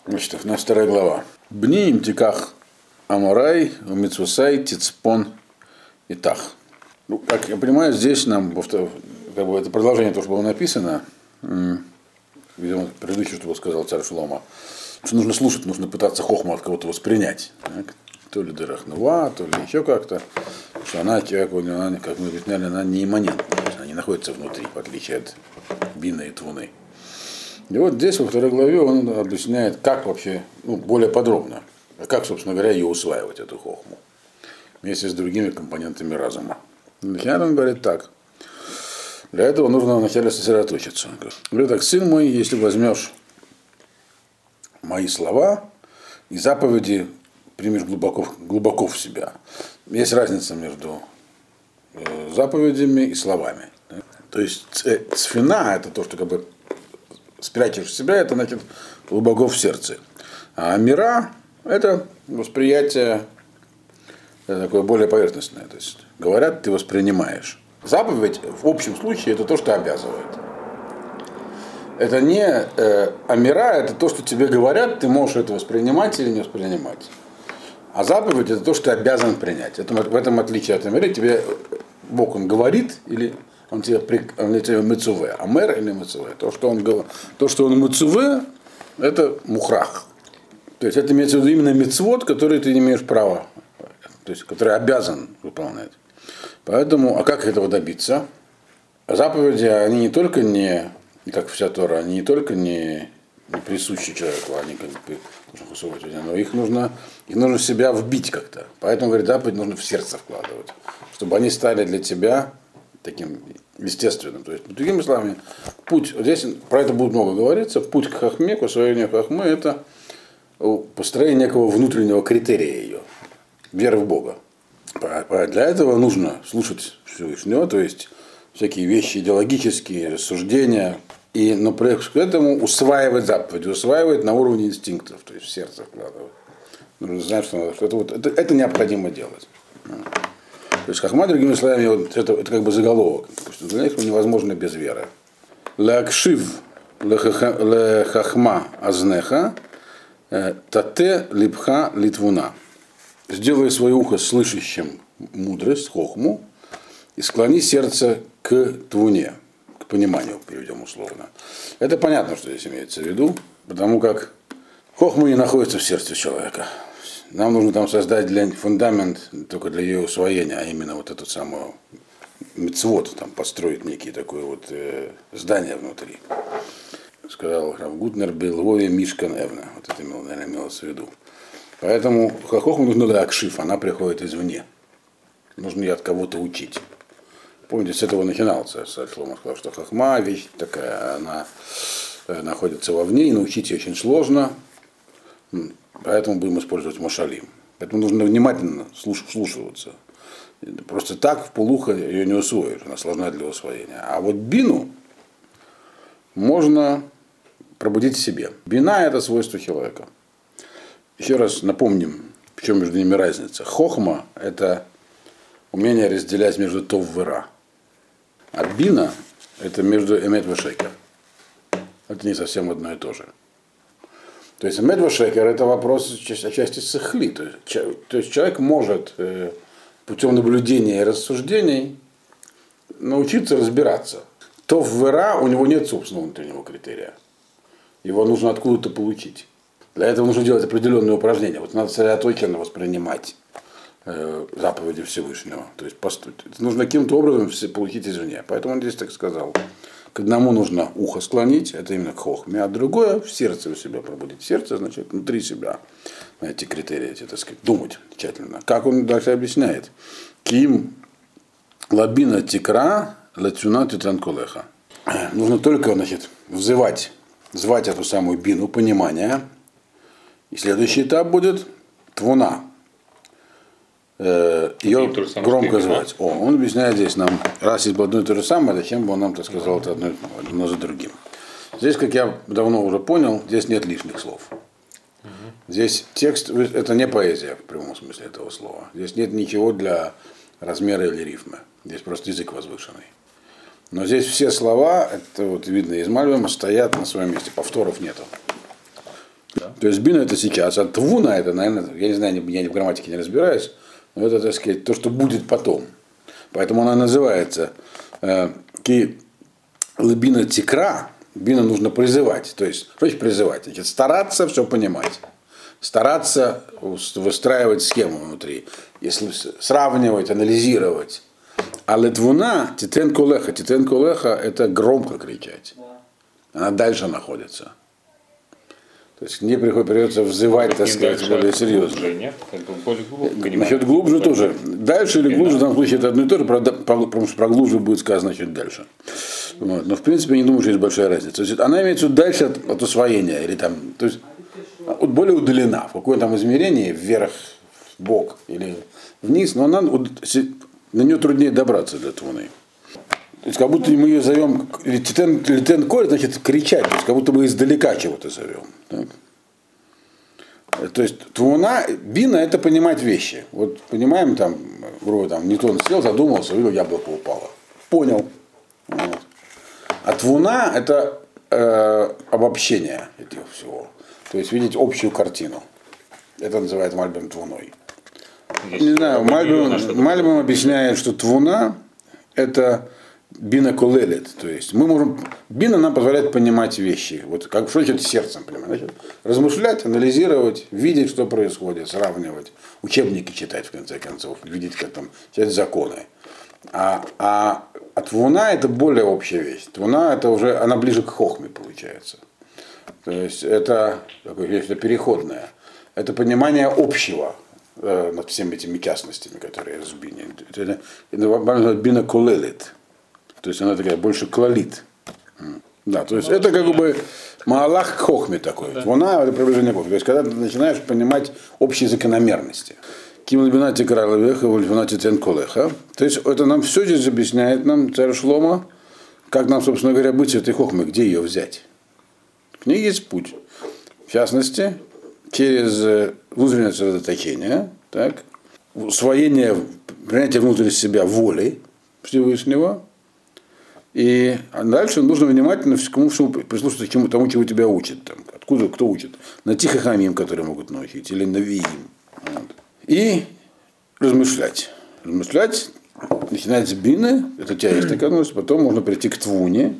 Значит, у нас вторая глава. Бни им тиках амурай, умицусай, тицпон и тах. Ну, как я понимаю, здесь нам, как бы это продолжение того, что было написано, видимо, предыдущее, что сказал царь Шломо, что нужно слушать, нужно пытаться хохму от кого-то воспринять. Так? То ли дырахнува, то ли еще как-то. Что она, как мы объясняли, она не имманентна, она не находится внутри, в отличие от бина и твуны. И вот здесь, во второй главе, он объясняет, как вообще, более подробно, как, собственно говоря, ее усваивать, эту хохму, вместе с другими компонентами разума. Начинает он говорит так. Для этого нужно вначале сосредоточиться. Говорит так: сын мой, если возьмешь мои слова и заповеди примешь глубоко в себя. Есть разница между заповедями и словами. То есть цфина — это то, что как бы спрячешь в себя, это значит глубоко в сердце. А мира — это восприятие такое более поверхностное. То есть говорят, ты воспринимаешь. Заповедь в общем случае это то, что обязывает. Это не амира, это то, что тебе говорят, ты можешь это воспринимать или не воспринимать. А заповедь это то, что ты обязан принять. В этом отличие от амира. Тебе Бог он говорит или он тебе мецуве. Амер или мецуве. То, что он мецуве, это мухрах. То есть это имеется в виду именно мецвот, который ты не имеешь права, то есть который обязан выполнять. Поэтому, а как этого добиться? Заповеди, они не только не, как вся Тора, они не только не присущи человеку, они как бы, но их нужно в себя вбить как-то. Поэтому, говорит, заповедь нужно в сердце вкладывать, чтобы они стали для тебя таким естественным. То есть, другими словами, путь, здесь про это будет много говориться, путь к хахме, к усвоению хахмы, это построение некого внутреннего критерия ее, веры в Бога. Для этого нужно слушать Всевышнего, то есть всякие вещи идеологические, рассуждения, но к этому усваивать заповеди, усваивать на уровне инстинктов, то есть в сердце вкладывать. Нужно знать, что это необходимо делать. То есть хахма, другими словами, это как бы заголовок. Для них невозможно без веры. Лакшив лехахма азнеха тате липха литвуна. Сделай свое ухо слышащим мудрость, хохму, и склони сердце к твуне, к пониманию, переведем условно. Это понятно, что здесь имеется в виду, потому как хохма не находится в сердце человека. Нам нужно там создать фундамент только для ее усвоения, а именно вот эту самую мицвот, там построить некие такое вот здание внутри. Сказал Рав Гутнер, Белвове Мишкан Эвна. Вот это, наверное, имелось в виду. Поэтому хохму нужно лакшиф, она приходит извне. Нужно ее от кого-то учить. Помните, с этого начинался. Шломо сказал, что хохма вещь такая, она находится вовне, и научить ее очень сложно. Поэтому будем использовать машалим. Поэтому нужно внимательно слушаться. Просто так в полухо ее не усвоишь, она сложна для усвоения. А вот бину можно пробудить в себе. Бина – это свойство человека. Еще раз напомним, в чем между ними разница. Хохма – это умение разделять между тов и ра. А бина – это между эмет и шекер. Это не совсем одно и то же. То есть эмет и шекер – это вопрос отчасти сахли. То есть человек может путем наблюдения и рассуждений научиться разбираться. Тов и ра у него нет собственного внутреннего критерия. Его нужно откуда-то получить. Для этого нужно делать определенные упражнения. Вот надо сосредоточенно воспринимать заповеди Всевышнего. То есть нужно каким-то образом получить извне. Поэтому он здесь так сказал. К одному нужно ухо склонить, это именно к хохме, а другое в сердце у себя пробудить. Сердце значит внутри себя на эти критерии, эти, так сказать, думать тщательно. Как он дальше объясняет? Ким лабина тикра лацюна тютанкулеха. Нужно только, значит, звать эту самую бину, понимание. И следующий этап будет твуна. Ее громко звать. Он объясняет здесь нам, раз есть одно и то же самое, зачем бы он нам, так сказал, это одно за другим. Здесь, как я давно уже понял, здесь нет лишних слов. Здесь текст, это не поэзия в прямом смысле этого слова. Здесь нет ничего для размера или рифмы. Здесь просто язык возвышенный. Но здесь все слова, это вот видно из Мальбима, стоят на своем месте. Повторов нету. То есть бина это сейчас, а твуна это, наверное, я не знаю, я в грамматике не разбираюсь, но это, так сказать, то, что будет потом. Поэтому она называется ки лыбина тикра, бина нужно призывать. То есть, что значит призывать? Значит, стараться все понимать. Стараться выстраивать схему внутри. Если сравнивать, анализировать. А литвуна, титен колеха это громко кричать. Она дальше находится. То есть к ней придется взывать, так сказать, более серьезно. Насчет глубже тоже. Дальше или глубже, в данном случае это одно и то же, правда, потому что про глубже будет сказано чуть дальше. Вот. Но в принципе я не думаю, что есть большая разница. То есть она имеется на дальше от усвоения, или там, то есть более удалена, в какое там измерение, вверх, в бок или вниз, но она, на нее труднее добраться для твуны. То есть как будто мы ее зовем, литен коль, значит кричать, то есть как будто мы издалека чего-то зовем. Так? То есть твуна, бина это понимать вещи. Вот понимаем там, вроде там, Ньютон сел, задумался, увидел, яблоко упало. Понял. Вот. А твуна это обобщение этого всего. То есть видеть общую картину. Это называют Мальбим твуной. Не знаю, Мальбим объясняет, что твуна это бина колелет, то есть мы можем, бина нам позволяет понимать вещи, вот как что значит сердцем, понимаете? Размышлять, анализировать, видеть, что происходит, сравнивать, учебники читать в конце концов, видеть, как там, читать законы. А твуна это более общая вещь. Твуна это уже, она ближе к хохме получается. То есть это такое вещь переходное. Это понимание общего над всеми этими частностями, которые есть в бине. Это бина колелет. То есть она такая больше клалит. Да, то есть это как бы маалах к хохме такой. Да. Вона это приближение к хохме. То есть когда ты начинаешь понимать общие закономерности. Кимлбинати кралавеха, вульфинати тен колеха. То есть это нам все здесь объясняет нам царь Шломо, как нам, собственно говоря, быть этой хохмой, где ее взять. К ней есть путь. В частности, через внутреннее сосредоточение, так, усвоение, принятие внутрь себя воли Всевышнего. И дальше нужно внимательно прислушиваться к тому, чего тебя учат. Там, откуда, кто учит. На тихохамим, которые могут научить, или на виим. Вот. И размышлять. Размышлять, начинать с бины, это у тебя есть такая новость, потом можно прийти к твуне.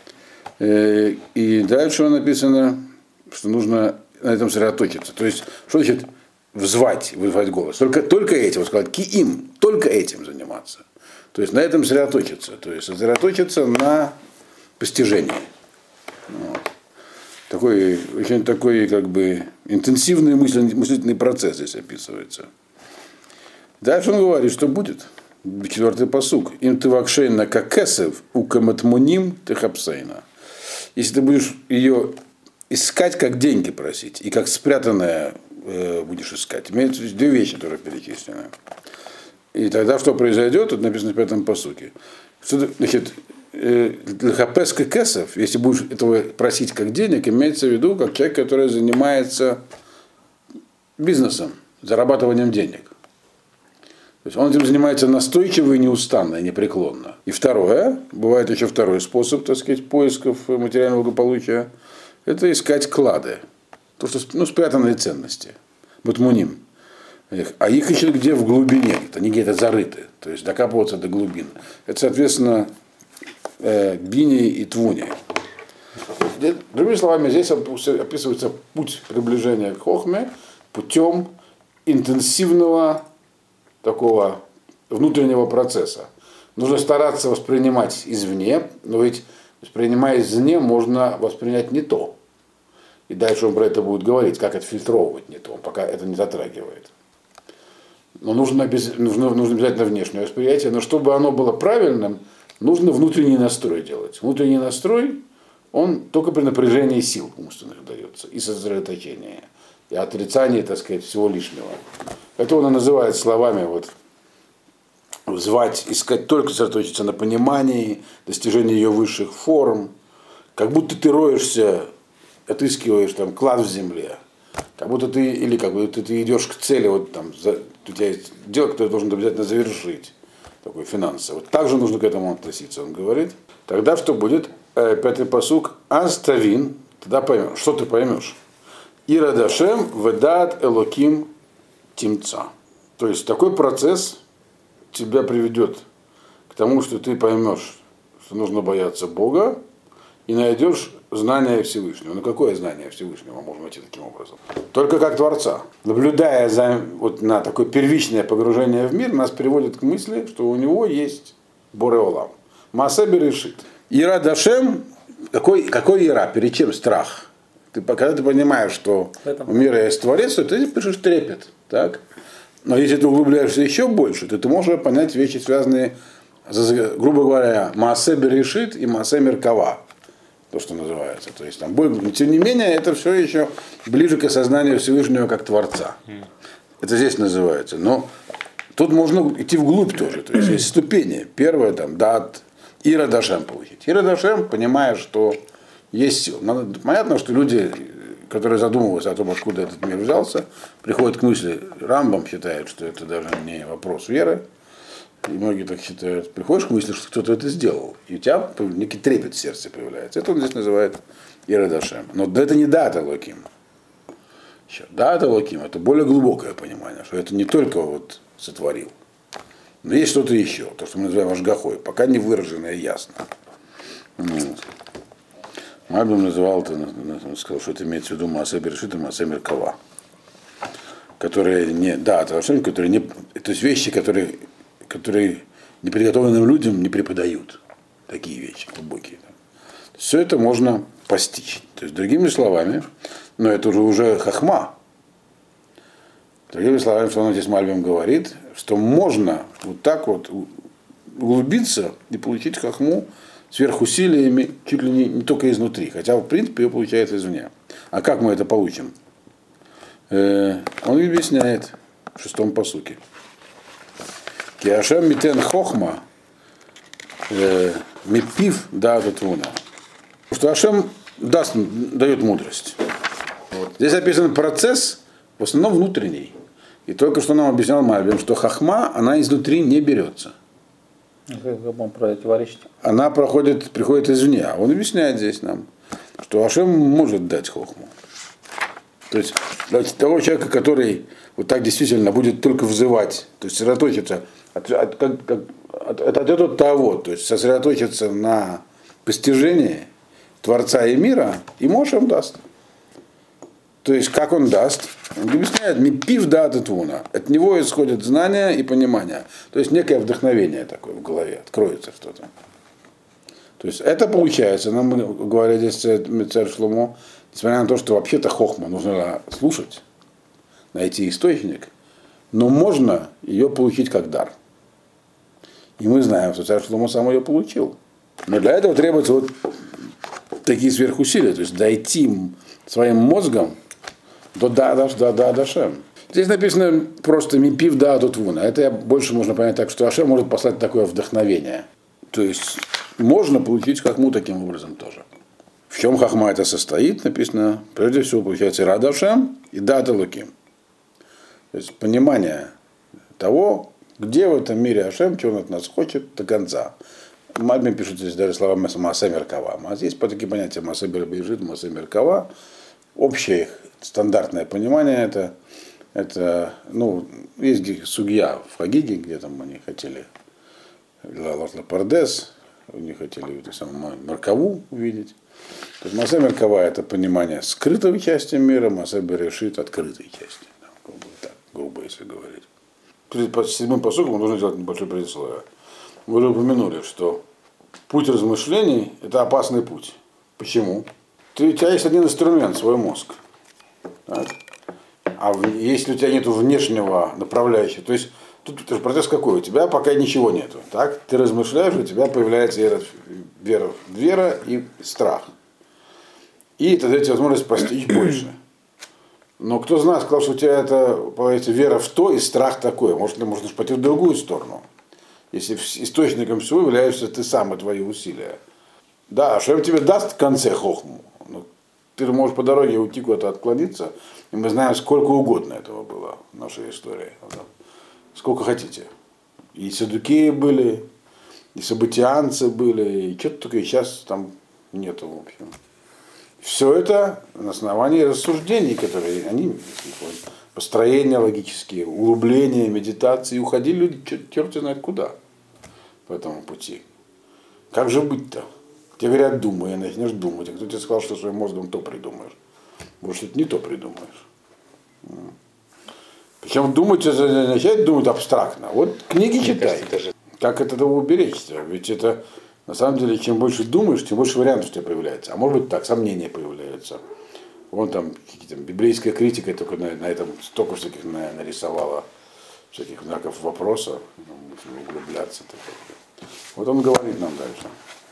И дальше написано, что нужно на этом сосредоточиться. То есть, что значит вызвать голос? Только этим, сказать, киим, только этим заниматься. То есть на этом сосредоточиться. То есть сосредоточиться на постижении. Вот. Такой, очень такой как бы интенсивный мыслительный процесс здесь описывается. Дальше он говорит, что будет. 4-й пасук. Им ты вакшейна какесев у каматмуним техапсейна. Если ты будешь ее искать, как деньги просить, и как спрятанное будешь искать. Имеются две вещи тоже перечислены. И тогда что произойдет? Тут написано в 5-м пасуке. Что, значит, лхапеска кесов, если будешь этого просить как денег, имеется в виду как человек, который занимается бизнесом, зарабатыванием денег. То есть он этим занимается настойчиво и неустанно, и непреклонно. И второе, бывает еще второй способ, так сказать, поисков материального благополучия, это искать клады. То, что спрятанные ценности. Бутмуним. А их ищут где? В глубине. Они где-то зарыты. То есть докапываться до глубин. Это, соответственно, бине и твуне. Другими словами, здесь описывается путь приближения к хохме путем интенсивного такого внутреннего процесса. Нужно стараться воспринимать извне, но ведь воспринимая извне, можно воспринять не то. И дальше он про это будет говорить, как отфильтровывать не то, он пока это не затрагивает. Но нужно обязательно внешнее восприятие, но чтобы оно было правильным, нужно внутренний настрой делать. Внутренний настрой, он только при напряжении сил умственных дается, и сосредоточения, и отрицании, так сказать, всего лишнего. Это он и называет словами вот, звать, искать, только сосредоточиться на понимании, достижении ее высших форм, как будто ты роешься, отыскиваешь там клад в земле, как будто ты, или как будто ты идешь к цели, вот там, у тебя есть дело, которое должен обязательно завершить, такой финансовый. Вот так же нужно к этому относиться, он говорит. Тогда что будет? 5-й пасук, аставин, тогда поймешь. Что ты поймешь? Ирадашем ведат элоким тимца. То есть такой процесс тебя приведет к тому, что ты поймешь, что нужно бояться Бога, и найдешь знание Всевышнего. Ну какое знание Всевышнего мы можем найти таким образом? Только как Творца. Наблюдая на такое первичное погружение в мир, нас приводит к мысли, что у него есть Боре Олам. Маасебе решит. Ира Дашем, какой ира? Перед чем страх? Когда ты понимаешь, что у мира есть Творец, то ты пишешь трепет. Так? Но если ты углубляешься еще больше, то ты можешь понять вещи, связанные, грубо говоря, Маасебе решит и Маасе Меркава. То, что называется. То есть, но тем не менее, это все еще ближе к осознанию Всевышнего как Творца. Это здесь называется. Но тут можно идти вглубь тоже. То есть есть ступени. Первое там, дат, Ира Дашем получить. Ира Дашем, понимая, что есть сила. Понятно, что люди, которые задумываются о том, откуда этот мир взялся, приходят к мысли, Рамбам считает, что это даже не вопрос веры. И многие так считают. Приходишь к мысли, что кто-то это сделал, и у тебя некий трепет в сердце появляется. Это он здесь называет Ира Дашем. Но это не дата Локим. Дата Локим это более глубокое понимание, что это не только вот сотворил. Но есть что-то еще, то, что мы называем Ашгахой, пока не выражено и ясно. Мальбим называл это, он сказал, что это имеется в виду Маасе Берешит и Маасе Меркава. Которые не, да, это которые не, то есть вещи, которые неподготовленным людям не преподают. Такие вещи глубокие. Все это можно постичь. То есть, другими словами, но это уже хахма. Другими словами, что он здесь Мальбим говорит, что можно вот так вот углубиться и получить хахму сверхусилиями чуть ли не только изнутри. Хотя, в принципе, ее получается извне. А как мы это получим? Он объясняет в 6 пасуке. Киашем митен хохма мипив да твуна. Что Ашем дает мудрость. Здесь описан процесс, в основном внутренний. И только что нам объяснял Мальбим, что хохма, она изнутри не берется. Она приходит извне. А он объясняет здесь нам, что Ашем может дать хохму. То есть для того человека, который вот так действительно будет только взывать, то есть сосредоточиться от того, то есть сосредоточиться на постижении Творца и мира, и Мошем даст. То есть, как он даст? Он объясняет, мипив да твуна. От него исходят знания и понимание. То есть, некое вдохновение такое в голове, откроется что-то. То есть, это получается, нам говорят здесь царь Шломо, несмотря на то, что вообще-то хохма нужно слушать, найти источник, но можно ее получить как дар. И мы знаем, что царь Шломо сам ее получил. Но для этого требуется вот такие сверхусилия, то есть дойти своим мозгом до Дашем. Здесь написано просто мипив да твуна. Это больше можно понять так, что Ашем может послать такое вдохновение. То есть можно получить хахму таким образом тоже. В чем хахма это состоит, написано, прежде всего получается Ира Дашем и дат Элоким. То есть понимание того, где в этом мире Ашем, чего он от нас хочет до конца. Мальбим пишет здесь даже слова Маасе Меркава. А здесь по таким понятиям Маасе Берешит, Маасе Меркава. Общее их стандартное понимание это есть сугья в Хагиге, где там они хотели Лалатла Пардес, они хотели эту самую Меркаву увидеть. То есть Маасе Меркава это понимание скрытой части мира, Маасе Берешит открытой части. Грубо если говорить. Перед 7 пасуком мы должны делать небольшое предисловие. Мы уже упомянули, что путь размышлений – это опасный путь. Почему? У тебя есть один инструмент, свой мозг. Так? А если у тебя нет внешнего направляющего, то есть тут процесс какой? У тебя пока ничего нету. Так? Ты размышляешь, у тебя появляется вера и страх. И это дает тебе возможность постичь больше. Но кто из нас сказал, что у тебя это вера в то и страх такой? Может, можно пойти в другую сторону. Если источником всего являешься ты сам и твои усилия. Да, Ашем тебе даст в конце хохму. Но ты можешь по дороге уйти куда-то отклониться. И мы знаем, сколько угодно этого было в нашей истории. Сколько хотите. И саддукеи были, и событианцы были, и что-то только сейчас там нету, в общем. Все это на основании рассуждений, которые они, построения логические, углубления, медитации, уходили люди, черт знает куда по этому пути. Как же быть-то? Тебе говорят, думай, а начнешь думать. А кто тебе сказал, что своим мозгом то придумаешь? Может, это не то придумаешь. Причем думать, означает думать абстрактно. Вот книги читай. Как от этого уберечься? Ведь это, на самом деле, чем больше думаешь, тем больше вариантов у тебя появляется. А может быть так, сомнения появляются. Вон там какие-то библейская критика только на этом столько всяких нарисовала, всяких знаков вопроса, углубляться. Вот он говорит нам дальше.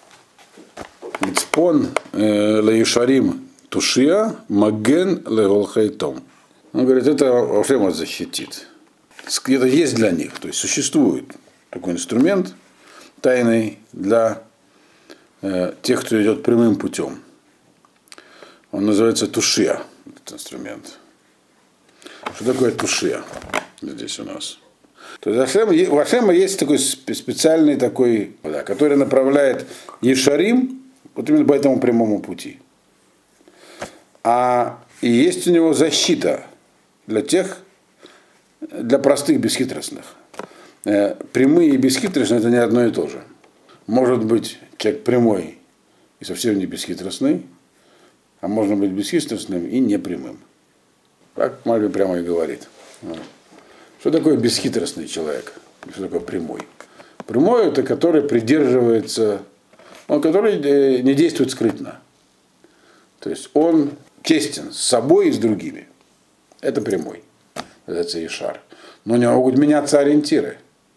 Ицпон леишарим тушия маген леголхайтом. Он говорит, это вообще вас защитит. Это есть для них, то есть существует такой инструмент тайный для тех, кто идет прямым путем. Он называется тушия, этот инструмент. Что такое тушия здесь у нас? То есть у Ашема есть такой специальный такой, который направляет Ешарим вот именно по этому прямому пути. И есть у него защита для простых бесхитростных. Прямые и бесхитростные это не одно и то же. Может быть человек прямой и совсем не бесхитростный, а можно быть бесхитростным и непрямым. Так Мари прямо и говорит. Что такое бесхитростный человек? Что такое прямой? Прямой это который придерживается, который не действует скрытно. То есть он честен с собой и с другими. Это прямой. Это Ешар. Но у него могут меняться ориентиры.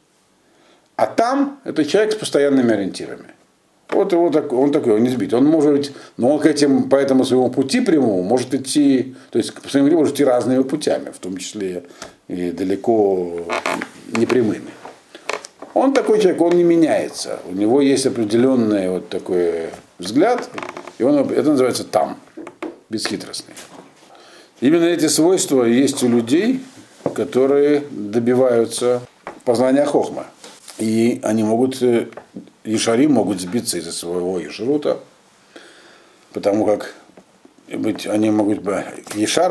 А там это человек с постоянными ориентирами. Вот его он такой, он не сбит. Он может, но он по этому своему пути прямому может идти, то есть по своему пути может идти разными путями, в том числе и далеко непрямыми. Он такой человек, он не меняется. У него есть определенный вот такой взгляд, и это называется там, бесхитростный. Именно эти свойства есть у людей, которые добиваются познания хохмы. И они Ешарим могут сбиться из-за своего ешрута, потому как они могут быть. Ешар,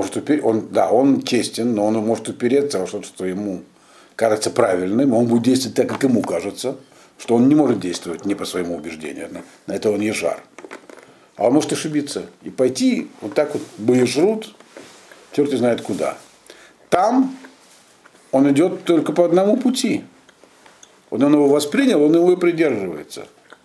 он честен, но он может упереться во что-то, что ему кажется правильным, он будет действовать так, как ему кажется, что он не может действовать не по своему убеждению. На это он Ешар. А он может ошибиться и пойти вот так вот боешрут, черт знает куда. Там он идет только по одному пути. Он его воспринял, он его и придерживается.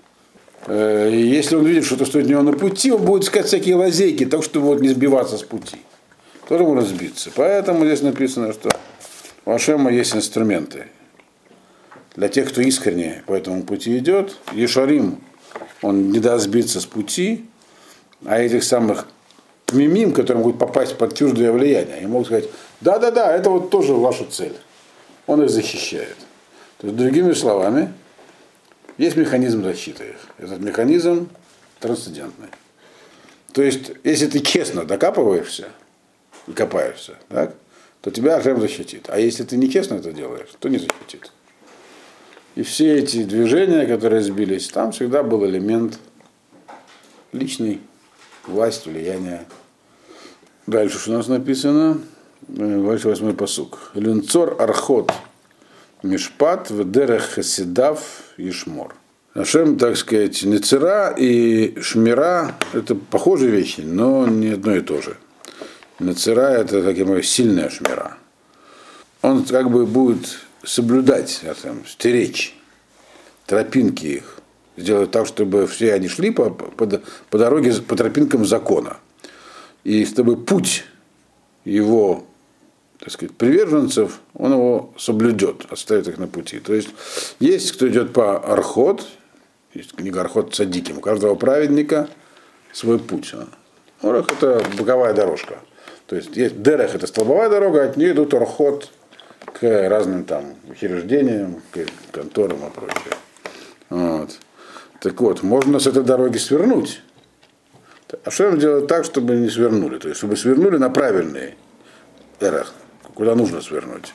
И если он видит, что-то стоит у него на пути, он будет искать всякие лазейки, так чтобы вот не сбиваться с пути. Тоже можно сбиться. Поэтому здесь написано, что у Ашема есть инструменты. Для тех, кто искренне по этому пути идет, Ешарим, он не даст сбиться с пути, а этих самых мимим, которые могут попасть под чуждое влияние, они могут сказать, да, это вот тоже ваша цель. Он их защищает. То есть, другими словами, есть механизм защиты их. Этот механизм трансцендентный. То есть, если ты честно докапываешься и копаешься, так, то тебя Ашем защитит. А если ты нечестно это делаешь, то не защитит. И все эти движения, которые сбились, там всегда был элемент личный, власть, влияние. Дальше что у нас написано? Дальше 8-й пасук. Линцор архот мишпат вдерех хасидав ишмор. Ашем, так сказать, нецера и шмира – это похожие вещи, но не одно и то же. Нецера – это, как я говорю, сильная шмира. Он как бы будет соблюдать, стеречь тропинки их, сделать так, чтобы все они шли по дороге, по тропинкам закона. И чтобы путь его, так сказать, приверженцев, он его соблюдет, оставит их на пути. То есть кто идет по Архот, есть книга Архот Цадиким, у каждого праведника свой путь. Орах – это боковая дорожка. То есть Дерех – это столбовая дорога, от нее идут Архот к разным там учреждениям, к конторам и прочее. Вот. Так вот, можно с этой дороги свернуть. А что им делать так, чтобы не свернули? То есть, чтобы свернули на правильный Дерех, куда нужно свернуть.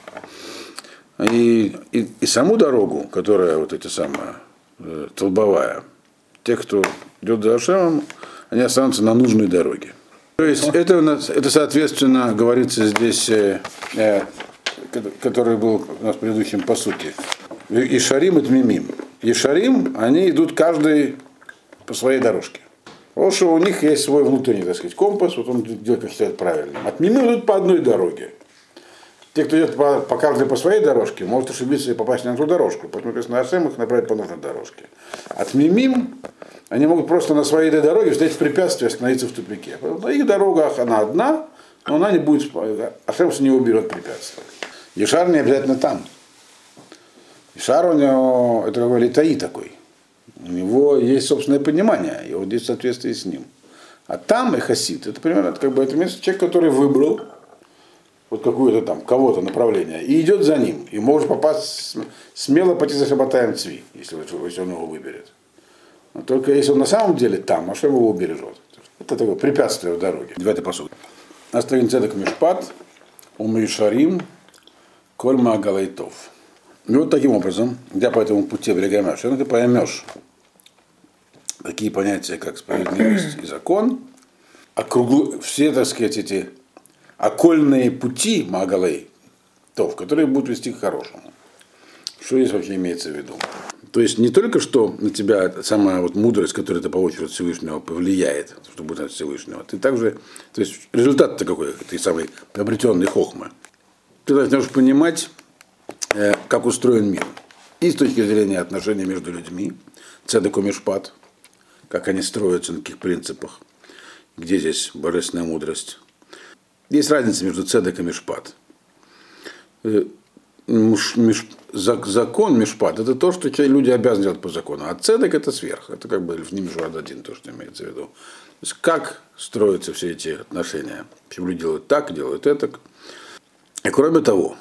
И саму дорогу, которая вот эти самая столбовая, те, кто идет за Ашемом, они останутся на нужной дороге. То есть это соответственно, говорится здесь, который был у нас в предыдущем посуке. Ишарим и Тмимим. Ишарим, они идут каждый по своей дорожке. Потому что у них есть свой внутренний, так сказать, компас, вот он делает, как считает правильно. От Тмимим идут по одной дороге. Те, кто идет по каждой по своей дорожке, может ошибиться и попасть на ту дорожку. Поэтому, написано, Ашем их направить по нужной дорожке. От Мимим они могут просто на своей этой дороге встретить препятствие, остановиться в тупике. На их дорогах она одна, но она не будет, Ашем с него берет препятствия. Ешар не обязательно там. Ешар у него, это какой литаи такой. У него есть собственное понимание, и вот здесь в соответствии с ним. А там и хасид, это примерно это место, человек, который выбрал вот какое-то там, кого-то направление, и идет за ним, и может попасть, смело пойти за Шабатаем Цви, если он его выберет. Но только если он на самом деле там, а что его убережет? Это такое препятствие в дороге. 9-й посуд. Настроен цедек мишпат, умишарим, кольма галайтов. И вот таким образом, идя по этому пути облегаешь, ты поймешь такие понятия, как справедливость и закон, все, так сказать, эти окольные пути Магалей, которые будут вести к хорошему. Что здесь вообще имеется в виду? То есть не только что на тебя самая вот мудрость, которую ты получишь от Всевышнего, повлияет, что будет от Всевышнего, ты также, то есть результат-то какой, ты самый приобретенный хохма. Ты начнешь понимать, как устроен мир. И с точки зрения отношений между людьми, цедек и мишпат, как они строятся, на каких принципах, где здесь божественная мудрость. Есть разница между цедек и мишпат. Закон мишпат – это то, что люди обязаны делать по закону, а цедек – это сверх. Это как бы в Нимишвад один, то, что имеется в виду. То есть как строятся все эти отношения. Почему люди делают так, делают это. И кроме того,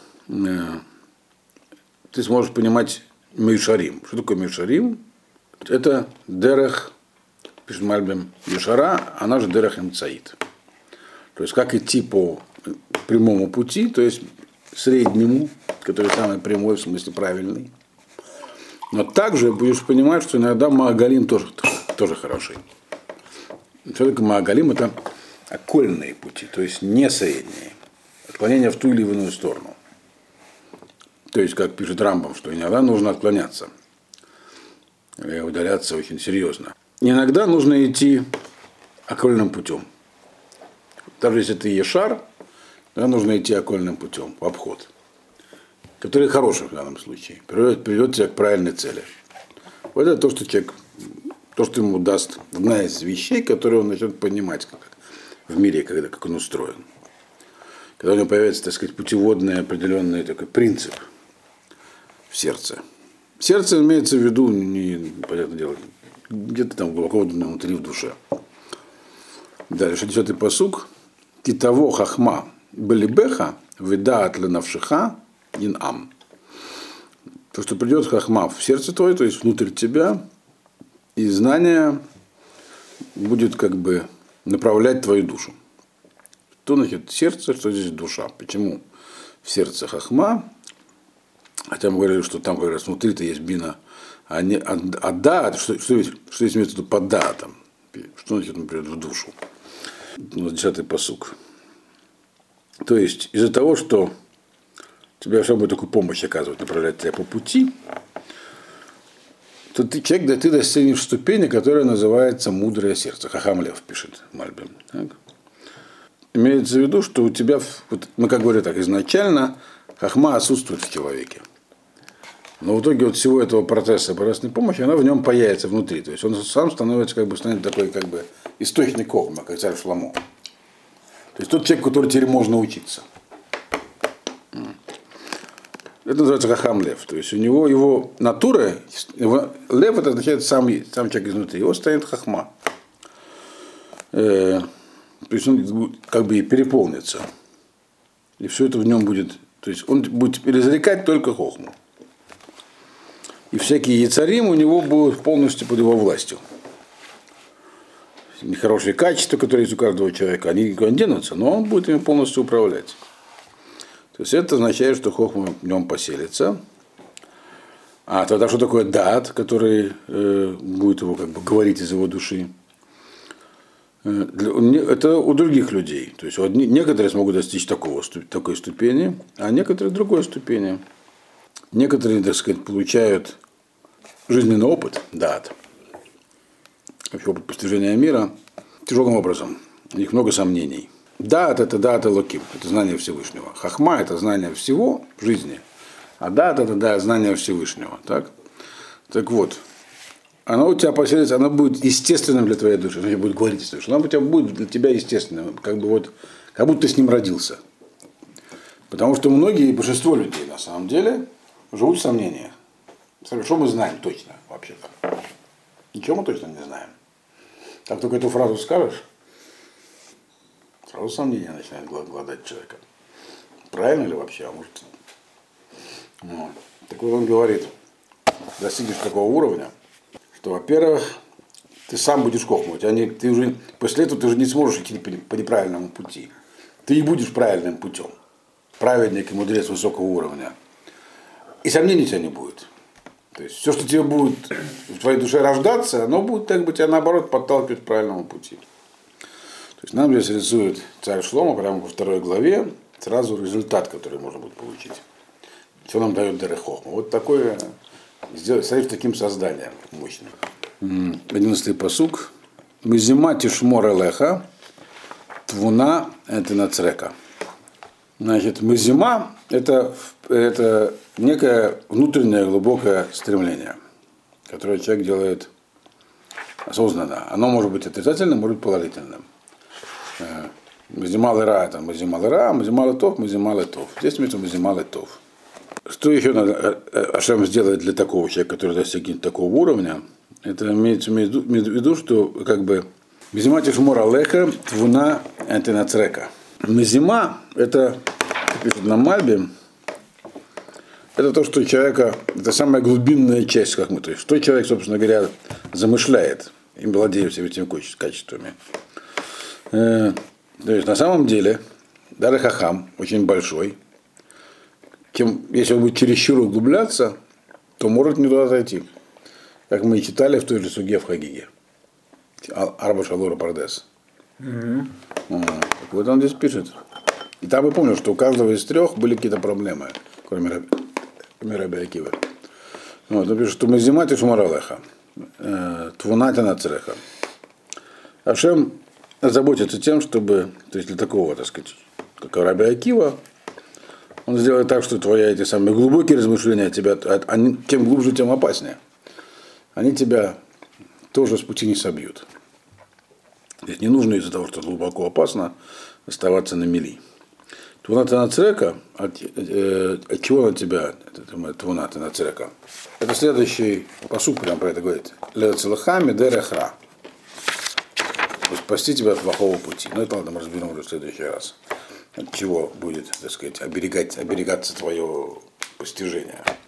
ты сможешь понимать мишарим. Что такое мишарим? Это дерех, пишет Мальбим, Ешара, она же дерех имцаит. То есть как идти по прямому пути, то есть среднему, который самый прямой, в смысле правильный. Но также будешь понимать, что иногда Маагалим тоже хороший. Что такое Маагалим? Это окольные пути, то есть не средние. Отклонение в ту или иную сторону. То есть, как пишет Рамбам, что иногда нужно отклоняться. Или удаляться очень серьезно. Иногда нужно идти окольным путем. Даже если ты ешар, тогда нужно идти окольным путем, в обход, который хороший в данном случае, приведет тебя к правильной цели. Вот это то, что ему даст одна из вещей, которые он начнет понимать в мире, как он устроен. Когда у него появится, так сказать, путеводный определенный такой принцип в сердце. Сердце имеется в виду, понятное дело, где-то там глубоко внутри в душе. Дальше 10-й пасук. Титаво хахма белибеха видаат ленавшиха ин-ам. То, что придет хахма в сердце твое, то есть внутрь тебя, и знание будет как бы направлять твою душу. Что значит сердце, что здесь душа? Почему в сердце хахма? Хотя мы говорили, что там как раз внутри-то есть бина, а не ада, что здесь имеется в виду под даатом? Что значит он придет в душу? 10-й пасук. То есть из-за того, что тебе особо такую помощь оказывает, направлять тебя по пути, то ты достигнешь ступени, которая называется мудрое сердце. Хахам Лев пишет Мальбим. Так? Имеется в виду, что у тебя, вот мы как говорили так, изначально хахма отсутствует в человеке. Но в итоге вот всего этого процесса божественной помощи, она в нем появится внутри. То есть он сам становится, станет такой, источник хохма, как царь Шломо. То есть тот человек, который теперь можно учиться. Это называется хахам лев. То есть у него его натура, лев это означает сам человек изнутри, его станет хахма. То есть он как бы и переполнится. И все это в нем будет, то есть он будет перезарекать только хохму. И всякие яцарим у него будут полностью под его властью. Нехорошие качества, которые есть у каждого человека, они никуда не денутся, но он будет ими полностью управлять. То есть это означает, что хохма в нем поселится. А тогда что такое даат, который будет его как бы говорить из его души? Это у других людей. То есть некоторые смогут достичь такой ступени, а некоторые другой ступени. Некоторые, так сказать, получают жизненный опыт, дат, вообще опыт постижения мира тяжелым образом. У них много сомнений. Дат это дат Элоким, это знание Всевышнего. Хахма это знание всего в жизни, а дат это знание Всевышнего. Так вот, оно у тебя поселится, оно будет естественным для твоей души. Оно будет говорить, что оно у тебя будет для тебя естественным, как будто ты с ним родился. Потому что многие, большинство людей на самом деле живут в сомнениях. Что мы знаем точно вообще-то? Ничего мы точно не знаем. Как только эту фразу скажешь, сразу сомнения начинают гладать человека. Правильно ли вообще? А может... Так вот он говорит, достигнешь такого уровня, что, во-первых, ты сам будешь хохмать, ты уже, после этого ты уже не сможешь идти по неправильному пути. Ты не будешь правильным путем. Праведник и мудрец высокого уровня. И сомнений у тебя не будет. То есть все, что тебе будет в твоей душе рождаться, оно будет тебя наоборот подталкивать к правильному пути. То есть нам здесь рисует царь Шломо прямо во 2 главе сразу результат, который можно будет получить. Что нам дает Дерех Хохма. Вот такое, стоит таким созданием мощным. 11-й пасук. Мизима тишмор элеха, твуна это нацрека. Значит, мизима это некое внутреннее глубокое стремление, которое человек делает осознанно. Оно может быть отрицательным, может быть положительным. Мазимал ира это мазимал ира, мазимал тов, мазимал тов. Здесь имеется мазимал тов. Что еще надо Ашем сделать для такого человека, который достигнет такого уровня? Это имеется в виду, что как бы мазима тишмор алеха, твуна это нацрека. Мазима это, пишут на Мальбе, это то, что человека, это самая глубинная часть, как мы, то есть, что человек, собственно говоря, замышляет, и владеет всеми этими качествами. То есть, на самом деле, даже хахам очень большой, если он будет чересчур углубляться, то может не туда зайти. Как мы и читали в той же суге в Хагиге. Арба Шалора Пардес. Так вот он здесь пишет. И там я помню, что у каждого из 3 были какие-то проблемы, кроме Раби Акивы. Вот, он пишет, что мы зимати шмаралеха, твунати нацреха. Ашем заботится тем, чтобы, то есть для такого, так сказать, как Раби Акива, он сделает так, что эти самые глубокие размышления тебя, они, тем глубже, тем опаснее. Они тебя тоже с пути не собьют. Здесь не нужно из-за того, что глубоко опасно, оставаться на мели. Твуната нацрека, от чего на тебя, твуната нацрека? Это следующий пасук прям про это говорит. Лецелхами дерехра. Спасти тебя от плохого пути. Но это ладно, мы разберем уже в следующий раз. От чего будет, так сказать, оберегаться твое постижение.